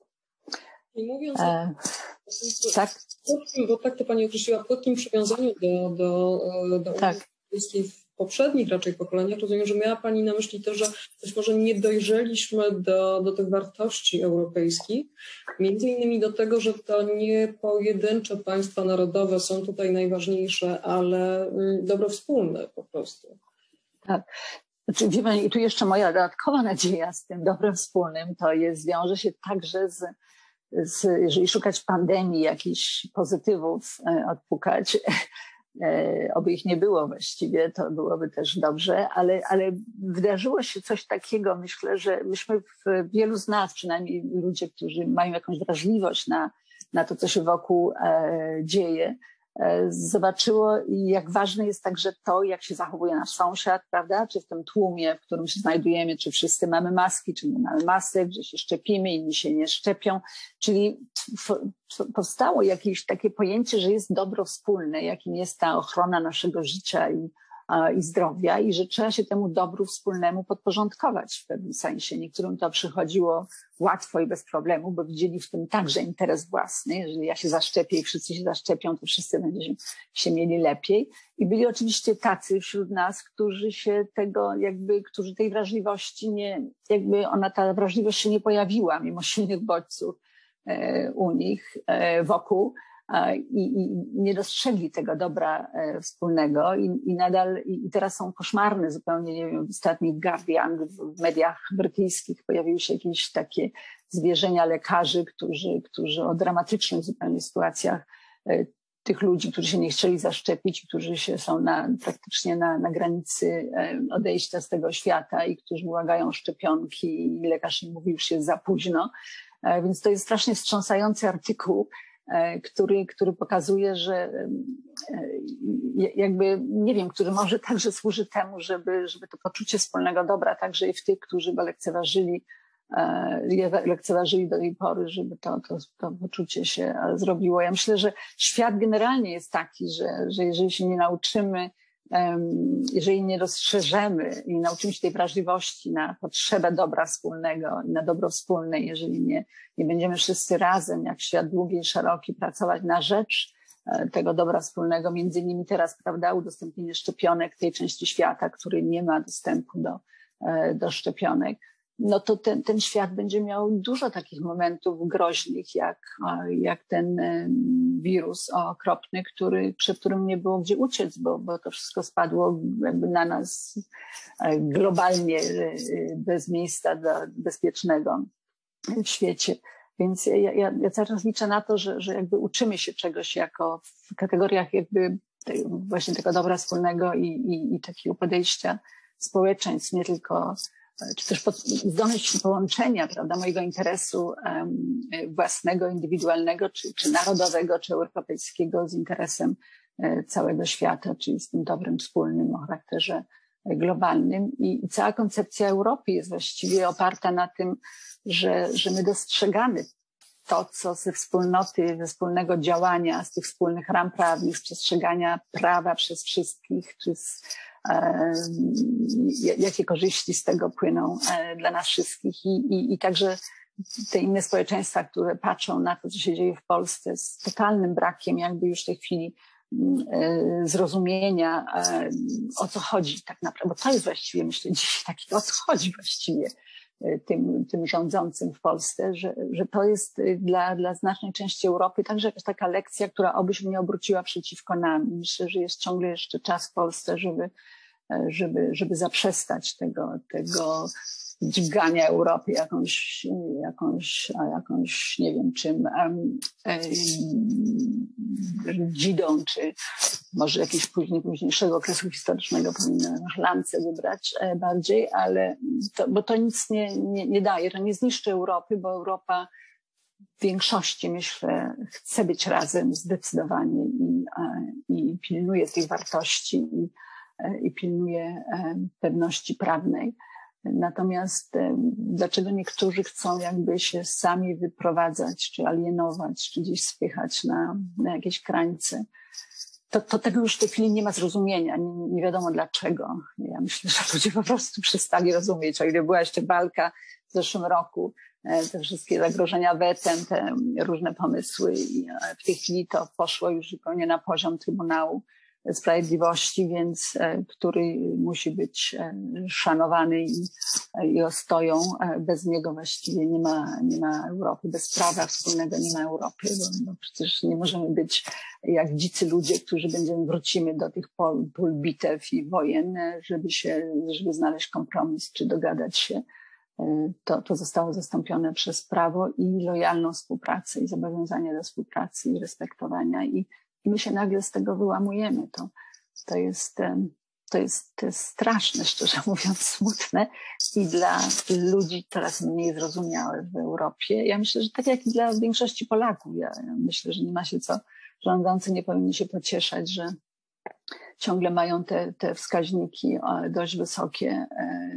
I mówiąc e, o tak, płytkim, bo tak to Pani określiła, płytkim przywiązaniu do, do, do Unii tak. Europejskiej w poprzednich raczej pokoleniach, rozumiem, że miała Pani na myśli to, że być może nie dojrzeliśmy do, do tych wartości europejskich, między innymi do tego, że to nie pojedyncze państwa narodowe są tutaj najważniejsze, ale dobro wspólne po prostu. Tak. Znaczy, wie Pani, i tu jeszcze moja dodatkowa nadzieja z tym dobrem wspólnym, to jest, wiąże się także z, z jeżeli szukać w pandemii jakichś pozytywów, e, odpukać, e, oby ich nie było właściwie, to byłoby też dobrze, ale, ale wydarzyło się coś takiego, myślę, że myśmy, w, wielu z nas, przynajmniej ludzie, którzy mają jakąś wrażliwość na, na to, co się wokół e, dzieje, zobaczyło, jak ważne jest także to, jak się zachowuje nasz sąsiad, prawda? Czy w tym tłumie, w którym się znajdujemy, czy wszyscy mamy maski, czy nie mamy masek, że się szczepimy, inni się nie szczepią. Czyli powstało jakieś takie pojęcie, że jest dobro wspólne, jakim jest ta ochrona naszego życia i, i zdrowia i że trzeba się temu dobru wspólnemu podporządkować w pewnym sensie. Niektórym to przychodziło łatwo i bez problemu, bo widzieli w tym także interes własny. Jeżeli ja się zaszczepię i wszyscy się zaszczepią, to wszyscy będziemy się mieli lepiej. I byli oczywiście tacy wśród nas, którzy się tego jakby, którzy tej wrażliwości nie, jakby ona, ta wrażliwość się nie pojawiła mimo silnych bodźców e, u nich e, wokół. I, i nie dostrzegli tego dobra e, wspólnego i, i nadal, i, i teraz są koszmarne zupełnie, nie wiem, w ostatnich Guardian, w mediach brytyjskich pojawiły się jakieś takie zwierzenia lekarzy, którzy, którzy o dramatycznych zupełnie sytuacjach e, tych ludzi, którzy się nie chcieli zaszczepić, którzy się są na, praktycznie na, na granicy e, odejścia z tego świata i którzy błagają szczepionki i lekarz im mówi, już jest za późno. E, więc to jest strasznie wstrząsający artykuł, który, który pokazuje, że jakby, nie wiem, który może także służy temu, żeby, żeby to poczucie wspólnego dobra także i w tych, którzy go lekceważyli, lekceważyli do tej pory, żeby to, to, to poczucie się zrobiło. Ja myślę, że świat generalnie jest taki, że, że jeżeli się nie nauczymy, jeżeli nie rozszerzemy i nauczymy się tej wrażliwości na potrzebę dobra wspólnego i na dobro wspólne, jeżeli nie, nie będziemy wszyscy razem, jak świat długi i szeroki, pracować na rzecz tego dobra wspólnego, między innymi teraz, prawda, udostępnienie szczepionek tej części świata, który nie ma dostępu do, do szczepionek, no to ten, ten świat będzie miał dużo takich momentów groźnych, jak, jak ten wirus okropny, który, przed którym nie było gdzie uciec, bo, bo to wszystko spadło jakby na nas globalnie, bez miejsca do bezpiecznego w świecie. Więc ja, ja, ja cały czas liczę na to, że, że jakby uczymy się czegoś jako w kategoriach jakby tej, właśnie tego dobra wspólnego i, i, i takiego podejścia społeczeństw, nie tylko czy też pod, zdolność połączenia, prawda, mojego interesu um, własnego, indywidualnego, czy, czy narodowego, czy europejskiego z interesem e, całego świata, czyli z tym dobrem wspólnym o charakterze globalnym. I, i cała koncepcja Europy jest właściwie oparta na tym, że, że my dostrzegamy to, co ze wspólnoty, ze wspólnego działania, z tych wspólnych ram prawnych, z przestrzegania prawa przez wszystkich, czy z jakie korzyści z tego płyną dla nas wszystkich i, i, i także te inne społeczeństwa, które patrzą na to, co się dzieje w Polsce z totalnym brakiem jakby już w tej chwili zrozumienia, o co chodzi tak naprawdę, bo to jest właściwie, myślę, dziś taki, o co chodzi właściwie tym, tym rządzącym w Polsce, że, że to jest dla, dla znacznej części Europy także jakaś taka lekcja, która oby się nie obróciła przeciwko nam. Myślę, że jest ciągle jeszcze czas w Polsce, żeby, żeby, żeby zaprzestać tego, tego dźgania Europy jakąś, jakąś, jakąś, nie wiem czym, um, um, dzidą, czy może jakiegoś później, późniejszego okresu historycznego powinno lance wybrać bardziej, ale to, bo to nic nie, nie, nie daje, to nie zniszczy Europy, bo Europa w większości, myślę, chce być razem zdecydowanie i, i pilnuje tych wartości i, i pilnuje pewności prawnej. Natomiast dlaczego niektórzy chcą jakby się sami wyprowadzać, czy alienować, czy gdzieś spychać na, na jakieś krańce, to, to tego już w tej chwili nie ma zrozumienia, nie, nie wiadomo dlaczego. Ja myślę, że ludzie po prostu przestali rozumieć. O ile była jeszcze walka w zeszłym roku, te wszystkie zagrożenia wetem, te różne pomysły, i w tej chwili to poszło już zupełnie na poziom Trybunału Sprawiedliwości, więc który musi być szanowany i, i ostoją. Bez niego właściwie nie ma, nie ma Europy, bez prawa wspólnego nie ma Europy, bo, bo przecież nie możemy być jak dzicy ludzie, którzy będziemy, wrócimy do tych pól, pól bitew i wojen, żeby się, żeby znaleźć kompromis czy dogadać się. To, to zostało zastąpione przez prawo i lojalną współpracę i zobowiązanie do współpracy i respektowania, i I my się nagle z tego wyłamujemy. To, to, jest, to, jest, to jest straszne, szczerze mówiąc, smutne i dla ludzi coraz mniej zrozumiałe w Europie. Ja myślę, że tak jak i dla większości Polaków. Ja, ja myślę, że nie ma się co, rządzący nie powinni się pocieszać, że ciągle mają te, te wskaźniki dość wysokie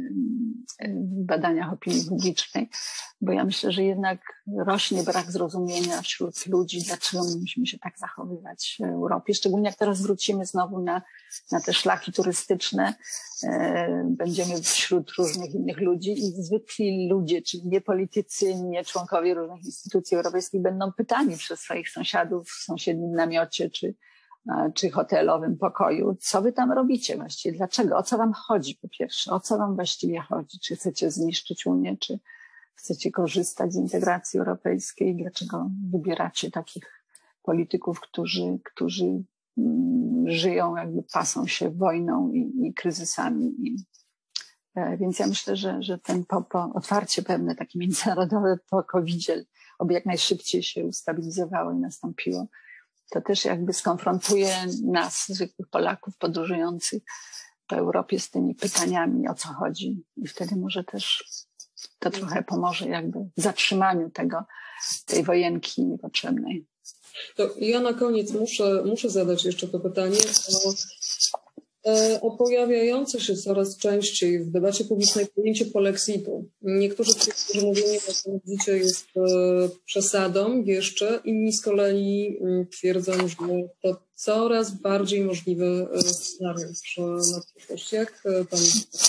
w badaniach opinii publicznej, bo ja myślę, że jednak rośnie brak zrozumienia wśród ludzi, dlaczego my musimy się tak zachowywać w Europie. Szczególnie jak teraz wrócimy znowu na, na te szlaki turystyczne, będziemy wśród różnych innych ludzi i zwykli ludzie, czyli nie politycy, nie członkowie różnych instytucji europejskich będą pytani przez swoich sąsiadów w sąsiednim namiocie czy czy hotelowym pokoju, co wy tam robicie właściwie, dlaczego, o co wam chodzi po pierwsze, o co wam właściwie chodzi, czy chcecie zniszczyć Unię, czy chcecie korzystać z integracji europejskiej, dlaczego wybieracie takich polityków, którzy, którzy mm, żyją, jakby pasą się wojną i, i kryzysami. I, e, więc ja myślę, że, że ten po, po otwarcie pewne takie międzynarodowe po kowidzie, oby jak najszybciej się ustabilizowało i nastąpiło, to też jakby skonfrontuje nas, zwykłych Polaków podróżujących po Europie, z tymi pytaniami, o co chodzi. I wtedy może też to trochę pomoże jakby w zatrzymaniu tego, tej wojenki niepotrzebnej. To ja na koniec muszę, muszę zadać jeszcze to pytanie o, o pojawiające się coraz częściej w debacie publicznej pojęcie polexitu. Niektórzy twierdzą, że mówienie o polexicie jest przesadą jeszcze, inni z kolei twierdzą, że to coraz bardziej możliwy scenariusz na przyszłość. Jak pan...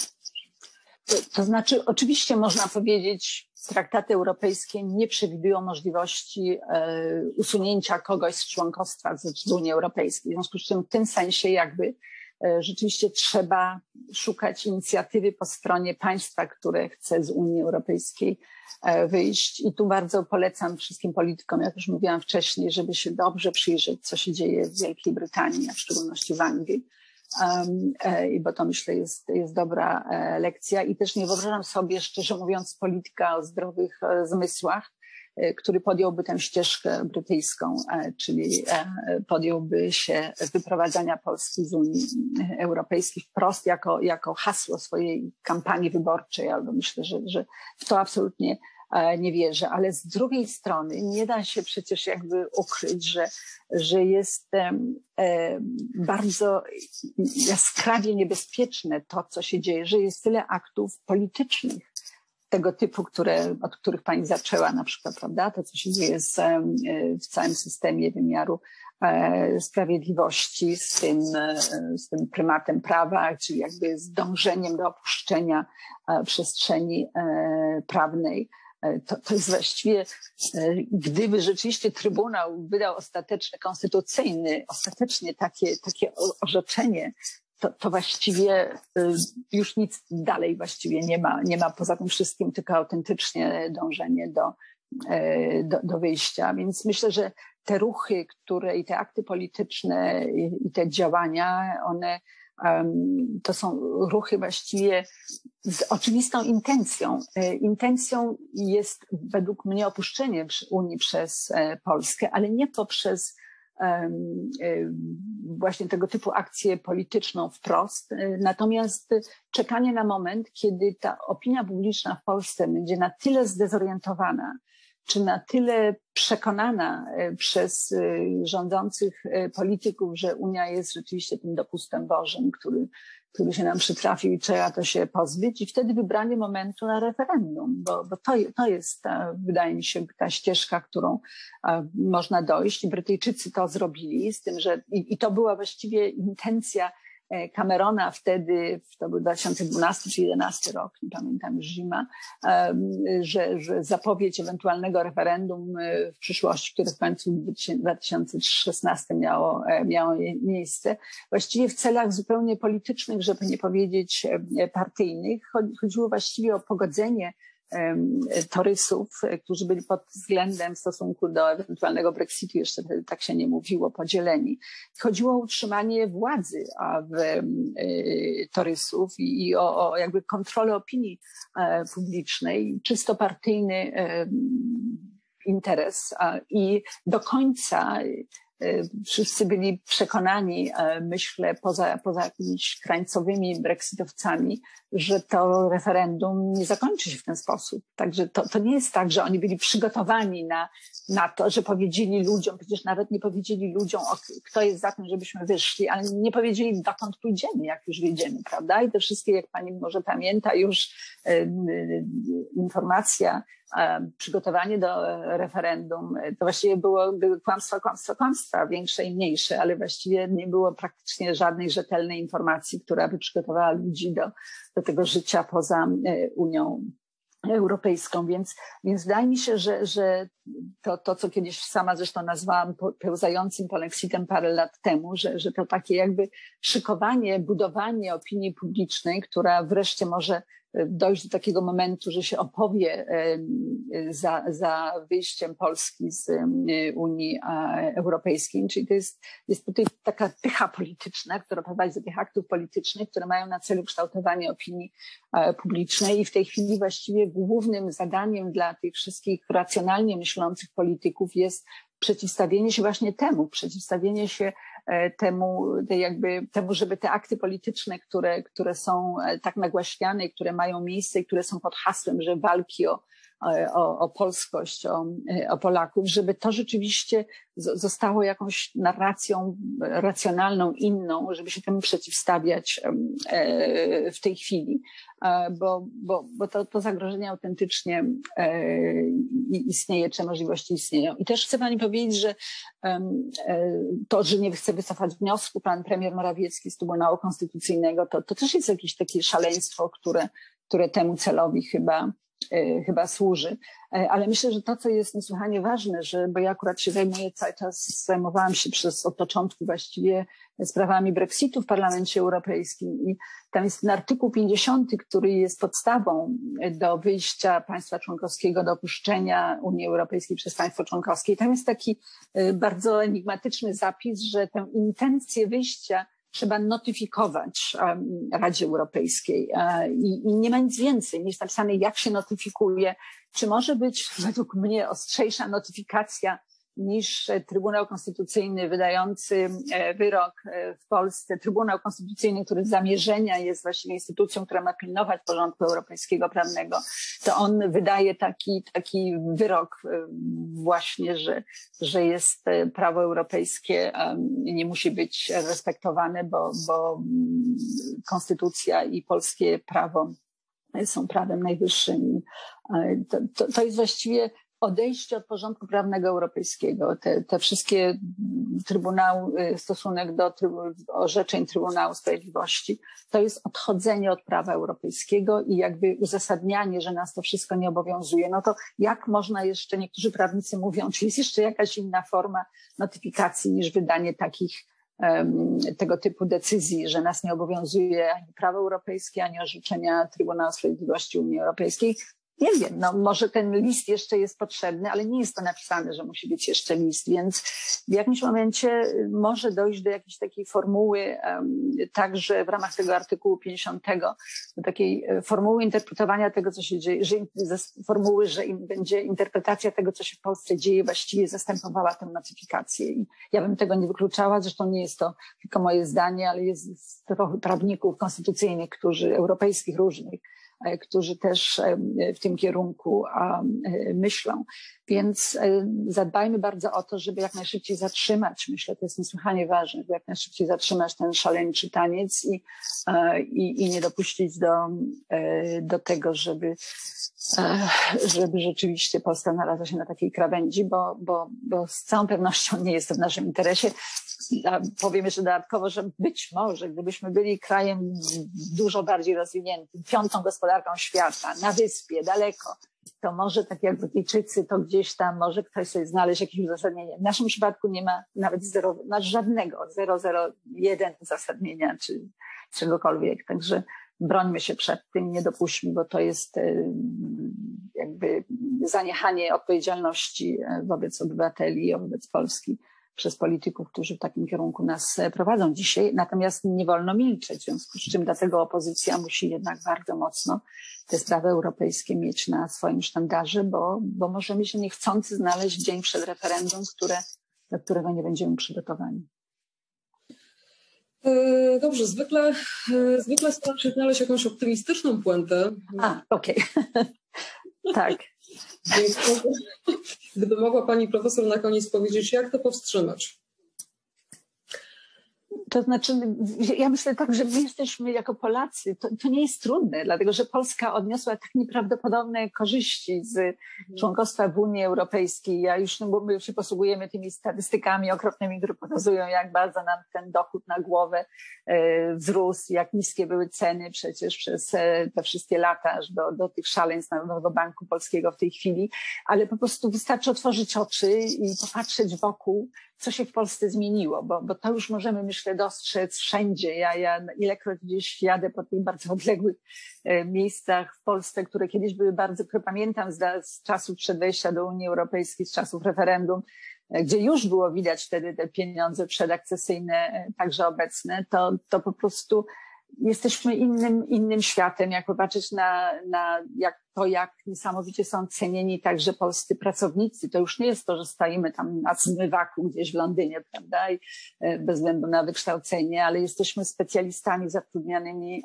To, to znaczy, oczywiście można powiedzieć, traktaty europejskie nie przewidują możliwości e, usunięcia kogoś z członkostwa z Unii Europejskiej. W związku z czym w tym sensie jakby rzeczywiście trzeba szukać inicjatywy po stronie państwa, które chce z Unii Europejskiej wyjść. I tu bardzo polecam wszystkim politykom, jak już mówiłam wcześniej, żeby się dobrze przyjrzeć, co się dzieje w Wielkiej Brytanii, a w szczególności w Anglii. Um, e, bo to myślę jest, jest dobra e, lekcja. I też nie wyobrażam sobie, szczerze mówiąc, polityka o zdrowych e, zmysłach, który podjąłby tę ścieżkę brytyjską, czyli podjąłby się wyprowadzania Polski z Unii Europejskiej wprost jako, jako hasło swojej kampanii wyborczej, albo myślę, że, że w to absolutnie nie wierzę. Ale z drugiej strony nie da się przecież jakby ukryć, że, że jest bardzo jaskrawie niebezpieczne to, co się dzieje, że jest tyle aktów politycznych tego typu, które, od których pani zaczęła, na przykład, prawda, to, co się dzieje z, w całym systemie wymiaru e, sprawiedliwości, z tym, e, z tym prymatem prawa, czyli jakby z dążeniem do opuszczenia e, przestrzeni e, prawnej. E, to, to jest właściwie, e, gdyby rzeczywiście Trybunał wydał ostateczny, konstytucyjny, ostatecznie takie, takie orzeczenie, To, to właściwie już nic dalej właściwie nie ma, nie ma poza tym wszystkim, tylko autentycznie dążenie do, do, do wyjścia. Więc myślę, że te ruchy, które i te akty polityczne i, i te działania, one um, to są ruchy właściwie z oczywistą intencją. Intencją jest według mnie opuszczenie Unii przez Polskę, ale nie poprzez właśnie tego typu akcję polityczną wprost. Natomiast czekanie na moment, kiedy ta opinia publiczna w Polsce będzie na tyle zdezorientowana, czy na tyle przekonana przez rządzących polityków, że Unia jest rzeczywiście tym dopustem Bożym, który który się nam przytrafił i trzeba to się pozbyć i wtedy wybranie momentu na referendum, bo, bo to, to jest, wydaje mi się, ta ścieżka, którą można dojść. I Brytyjczycy to zrobili, z tym, że i, i to była właściwie intencja Camerona wtedy, to był dwa tysiące dwunasty czy jedenasty rok, nie pamiętam już zima, że, że zapowiedź ewentualnego referendum w przyszłości, które w końcu w dwa tysiące szesnastym miało, miało miejsce, właściwie w celach zupełnie politycznych, żeby nie powiedzieć partyjnych, chodziło właściwie o pogodzenie torysów, którzy byli pod względem w stosunku do ewentualnego Brexitu, jeszcze wtedy tak się nie mówiło, podzieleni. Chodziło o utrzymanie władzy w torysów i o, o jakby kontrolę opinii publicznej, czysto partyjny interes i do końca wszyscy byli przekonani, myślę, poza, poza jakimiś krańcowymi brexitowcami, że to referendum nie zakończy się w ten sposób. Także to, to nie jest tak, że oni byli przygotowani na, na to, że powiedzieli ludziom, przecież nawet nie powiedzieli ludziom, o, kto jest za tym, żebyśmy wyszli, ale nie powiedzieli, dokąd pójdziemy, jak już wyjdziemy, prawda? I te wszystkie, jak pani może pamięta, już y, y, informacja, y, przygotowanie do referendum, to właściwie było, były kłamstwa, kłamstwa, kłamstwa, większe i mniejsze, ale właściwie nie było praktycznie żadnej rzetelnej informacji, która by przygotowała ludzi do do tego życia poza Unią Europejską. Więc, więc wydaje mi się, że, że to, to, co kiedyś sama zresztą nazwałam pełzającym polexitem parę lat temu, że, że to takie jakby szykowanie, budowanie opinii publicznej, która wreszcie może dojść do takiego momentu, że się opowie za, za wyjściem Polski z Unii Europejskiej. Czyli to jest, jest tutaj taka pycha polityczna, która prowadzi do tych aktów politycznych, które mają na celu kształtowanie opinii publicznej i w tej chwili właściwie głównym zadaniem dla tych wszystkich racjonalnie myślących polityków jest przeciwstawienie się właśnie temu, przeciwstawienie się temu, jakby, temu, żeby te akty polityczne, które, które są tak nagłaśniane i które mają miejsce i które są pod hasłem, że walki o, o, o polskość, o, o Polaków, żeby to rzeczywiście zostało jakąś narracją racjonalną, inną, żeby się temu przeciwstawiać w tej chwili, bo, bo, bo to, to zagrożenie autentycznie istnieje, czy możliwości istnieją. I też chcę pani powiedzieć, że to, że nie chce wycofać wniosku pan premier Morawiecki z Trybunału Konstytucyjnego, to, to też jest jakieś takie szaleństwo, które, które temu celowi chyba chyba służy. Ale myślę, że to, co jest niesłychanie ważne, że, bo ja akurat się zajmuję cały czas, zajmowałam się przez od początku właściwie sprawami Brexitu w Parlamencie Europejskim i tam jest ten artykuł pięćdziesiąty, który jest podstawą do wyjścia państwa członkowskiego, do opuszczenia Unii Europejskiej przez państwo członkowskie. I tam jest taki bardzo enigmatyczny zapis, że tę intencję wyjścia trzeba notyfikować Radzie Europejskiej i, i nie ma nic więcej. Nie jest napisane, jak się notyfikuje. Czy może być według mnie ostrzejsza notyfikacja niż Trybunał Konstytucyjny wydający wyrok w Polsce, Trybunał Konstytucyjny, który z zamierzenia jest właściwie instytucją, która ma pilnować porządku europejskiego prawnego, to on wydaje taki, taki wyrok właśnie, że, że jest prawo europejskie, nie musi być respektowane, bo, bo konstytucja i polskie prawo są prawem najwyższym. To, to, to jest właściwie odejście od porządku prawnego europejskiego. Te, te wszystkie Trybunał, stosunek do trybu, orzeczeń Trybunału Sprawiedliwości, to jest odchodzenie od prawa europejskiego i jakby uzasadnianie, że nas to wszystko nie obowiązuje. No to jak można jeszcze, niektórzy prawnicy mówią, czy jest jeszcze jakaś inna forma notyfikacji niż wydanie takich um, tego typu decyzji, że nas nie obowiązuje ani prawo europejskie, ani orzeczenia Trybunału Sprawiedliwości Unii Europejskiej. Nie wiem, no może ten list jeszcze jest potrzebny, ale nie jest to napisane, że musi być jeszcze list, więc w jakimś momencie może dojść do jakiejś takiej formuły, um, także w ramach tego artykułu pięćdziesiątego, do takiej formuły interpretowania tego, co się dzieje, że, formuły, że im będzie interpretacja tego, co się w Polsce dzieje, właściwie zastępowała tę notyfikację. I ja bym tego nie wykluczała, zresztą nie jest to tylko moje zdanie, ale jest trochę prawników konstytucyjnych, którzy, europejskich różnych, którzy też w tym tym kierunku myślą. Więc zadbajmy bardzo o to, żeby jak najszybciej zatrzymać, myślę, to jest niesłychanie ważne, żeby jak najszybciej zatrzymać ten szaleńczy taniec i, i, i nie dopuścić do, do tego, żeby, żeby rzeczywiście Polska znalazła się na takiej krawędzi, bo, bo, bo z całą pewnością nie jest to w naszym interesie. A powiem jeszcze dodatkowo, że być może gdybyśmy byli krajem dużo bardziej rozwiniętym, piątą gospodarką świata, na wyspie, daleko, to może tak jak Brytyjczycy, to gdzieś tam może ktoś sobie znaleźć jakieś uzasadnienie. W naszym przypadku nie ma nawet zero, żadnego, zero, zero, jeden uzasadnienia czy czegokolwiek. Także brońmy się przed tym, nie dopuśćmy, bo to jest jakby zaniechanie odpowiedzialności wobec obywateli i wobec Polski przez polityków, którzy w takim kierunku nas prowadzą dzisiaj. Natomiast nie wolno milczeć, w związku z czym dlatego opozycja musi jednak bardzo mocno te sprawy europejskie mieć na swoim sztandarze, bo, bo możemy się niechcący znaleźć dzień przed referendum, które, do którego nie będziemy przygotowani. Dobrze, zwykle, zwykle staram się znaleźć jakąś optymistyczną puentę. A, okej. Okay. Tak. Więc gdyby mogła pani profesor na koniec powiedzieć, jak to powstrzymać? To znaczy, ja myślę tak, że my jesteśmy jako Polacy, to, to nie jest trudne, dlatego że Polska odniosła tak nieprawdopodobne korzyści z członkostwa w Unii Europejskiej. Ja już, no bo my się posługujemy tymi statystykami okropnymi, które pokazują, jak bardzo nam ten dochód na głowę e, wzrósł, jak niskie były ceny przecież przez e, te wszystkie lata, aż do, do tych szaleństw Narodowego Banku Polskiego w tej chwili, ale po prostu wystarczy otworzyć oczy i popatrzeć wokół, co się w Polsce zmieniło, bo, bo to już możemy, myślę, dostrzec wszędzie. Ja, ja ilekroć gdzieś jadę po tych bardzo odległych e, miejscach w Polsce, które kiedyś były bardzo, które pamiętam z, z czasów przed wejścia do Unii Europejskiej, z czasów referendum, e, gdzie już było widać wtedy te pieniądze przedakcesyjne e, także obecne, to, to po prostu jesteśmy innym, innym światem, jak popatrzeć na, na jak to, jak niesamowicie są cenieni także polscy pracownicy. To już nie jest to, że stoimy tam na zmywaku gdzieś w Londynie, prawda, i bez względu na wykształcenie, ale jesteśmy specjalistami zatrudnianymi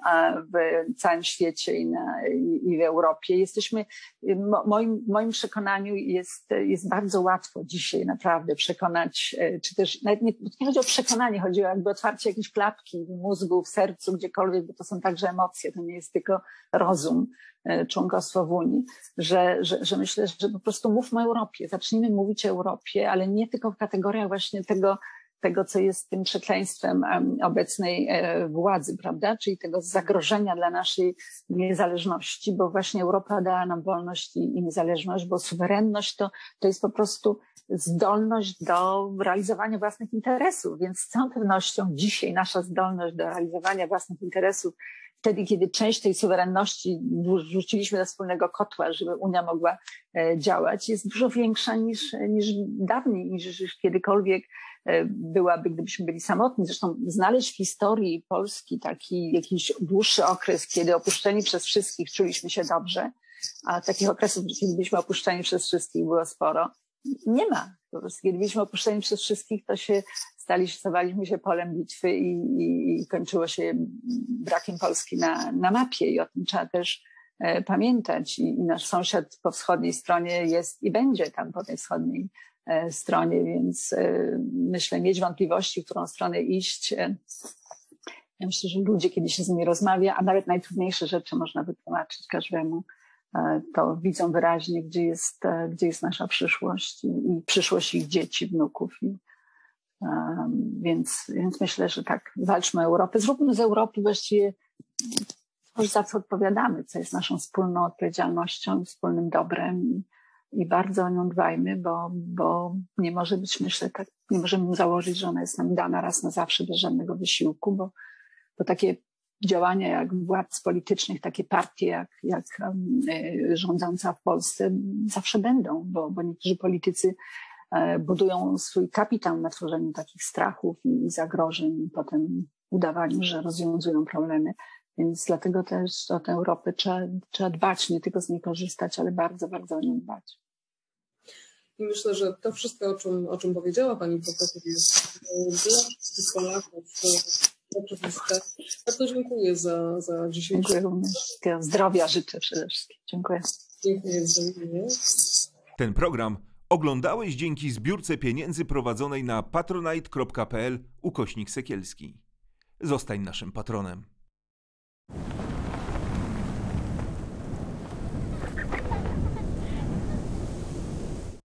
w całym świecie i, na, i w Europie. Jesteśmy, moim, w moim przekonaniu jest, jest bardzo łatwo dzisiaj naprawdę przekonać, czy też nawet nie, nie chodzi o przekonanie, chodzi o jakby otwarcie jakiejś klapki w mózgu, w sercu, gdziekolwiek, bo to są także emocje, to nie jest tylko rozum, członkostwo w Unii, że, że, że myślę, że po prostu mówmy o Europie, zacznijmy mówić o Europie, ale nie tylko w kategoriach właśnie tego, tego co jest tym przekleństwem obecnej władzy, prawda, czyli tego zagrożenia dla naszej niezależności, bo właśnie Europa dała nam wolność i, i niezależność, bo suwerenność to, to jest po prostu zdolność do realizowania własnych interesów, więc z całą pewnością dzisiaj nasza zdolność do realizowania własnych interesów, wtedy, kiedy część tej suwerenności wrzuciliśmy do wspólnego kotła, żeby Unia mogła działać, jest dużo większa niż, niż dawniej, niż kiedykolwiek byłaby, gdybyśmy byli samotni. Zresztą znaleźć w historii Polski taki jakiś dłuższy okres, kiedy opuszczeni przez wszystkich czuliśmy się dobrze, a takich okresów, kiedy byliśmy opuszczeni przez wszystkich, było sporo. Nie ma. Po prostu, kiedy byliśmy opuszczeni przez wszystkich, to się stali, stawaliśmy się polem bitwy i, i, i kończyło się brakiem Polski na, na mapie i o tym trzeba też e, pamiętać. I, I nasz sąsiad po wschodniej stronie jest i będzie tam po tej wschodniej e, stronie, więc e, myślę, mieć wątpliwości, w którą stronę iść. E, ja myślę, że ludzie, kiedy się z nimi rozmawia, a nawet najtrudniejsze rzeczy można wytłumaczyć każdemu, to widzą wyraźnie, gdzie jest, gdzie jest nasza przyszłość i, i przyszłość ich dzieci, wnuków. I, um, więc, więc myślę, że tak, walczmy o Europę. Zróbmy z Europy właściwie coś, za co odpowiadamy, co jest naszą wspólną odpowiedzialnością i wspólnym dobrem. I, i bardzo o nią dbajmy, bo, bo nie może być, myślę, tak, nie możemy założyć, że ona jest nam dana raz na zawsze bez żadnego wysiłku, bo, bo takie działania jak władz politycznych, takie partie jak, jak um, rządząca w Polsce zawsze będą, bo, bo niektórzy politycy e, budują swój kapitał na tworzeniu takich strachów i, i zagrożeń i potem udawaniu, że rozwiązują problemy. Więc dlatego też o tę Europę trzeba, trzeba dbać, nie tylko z niej korzystać, ale bardzo, bardzo o nią dbać. I myślę, że to wszystko, o czym, o czym powiedziała pani profesor, jest dla wszystkich Polaków oczywiste. Bardzo dziękuję za, za dzisiejszy... Dziękuję również. Zdrowia życzę przede wszystkim. Dziękuję. Dziękuję wzajemnie. Ten program oglądałeś dzięki zbiórce pieniędzy prowadzonej na patronite kropka pl ukośnik Sekielski. Zostań naszym patronem.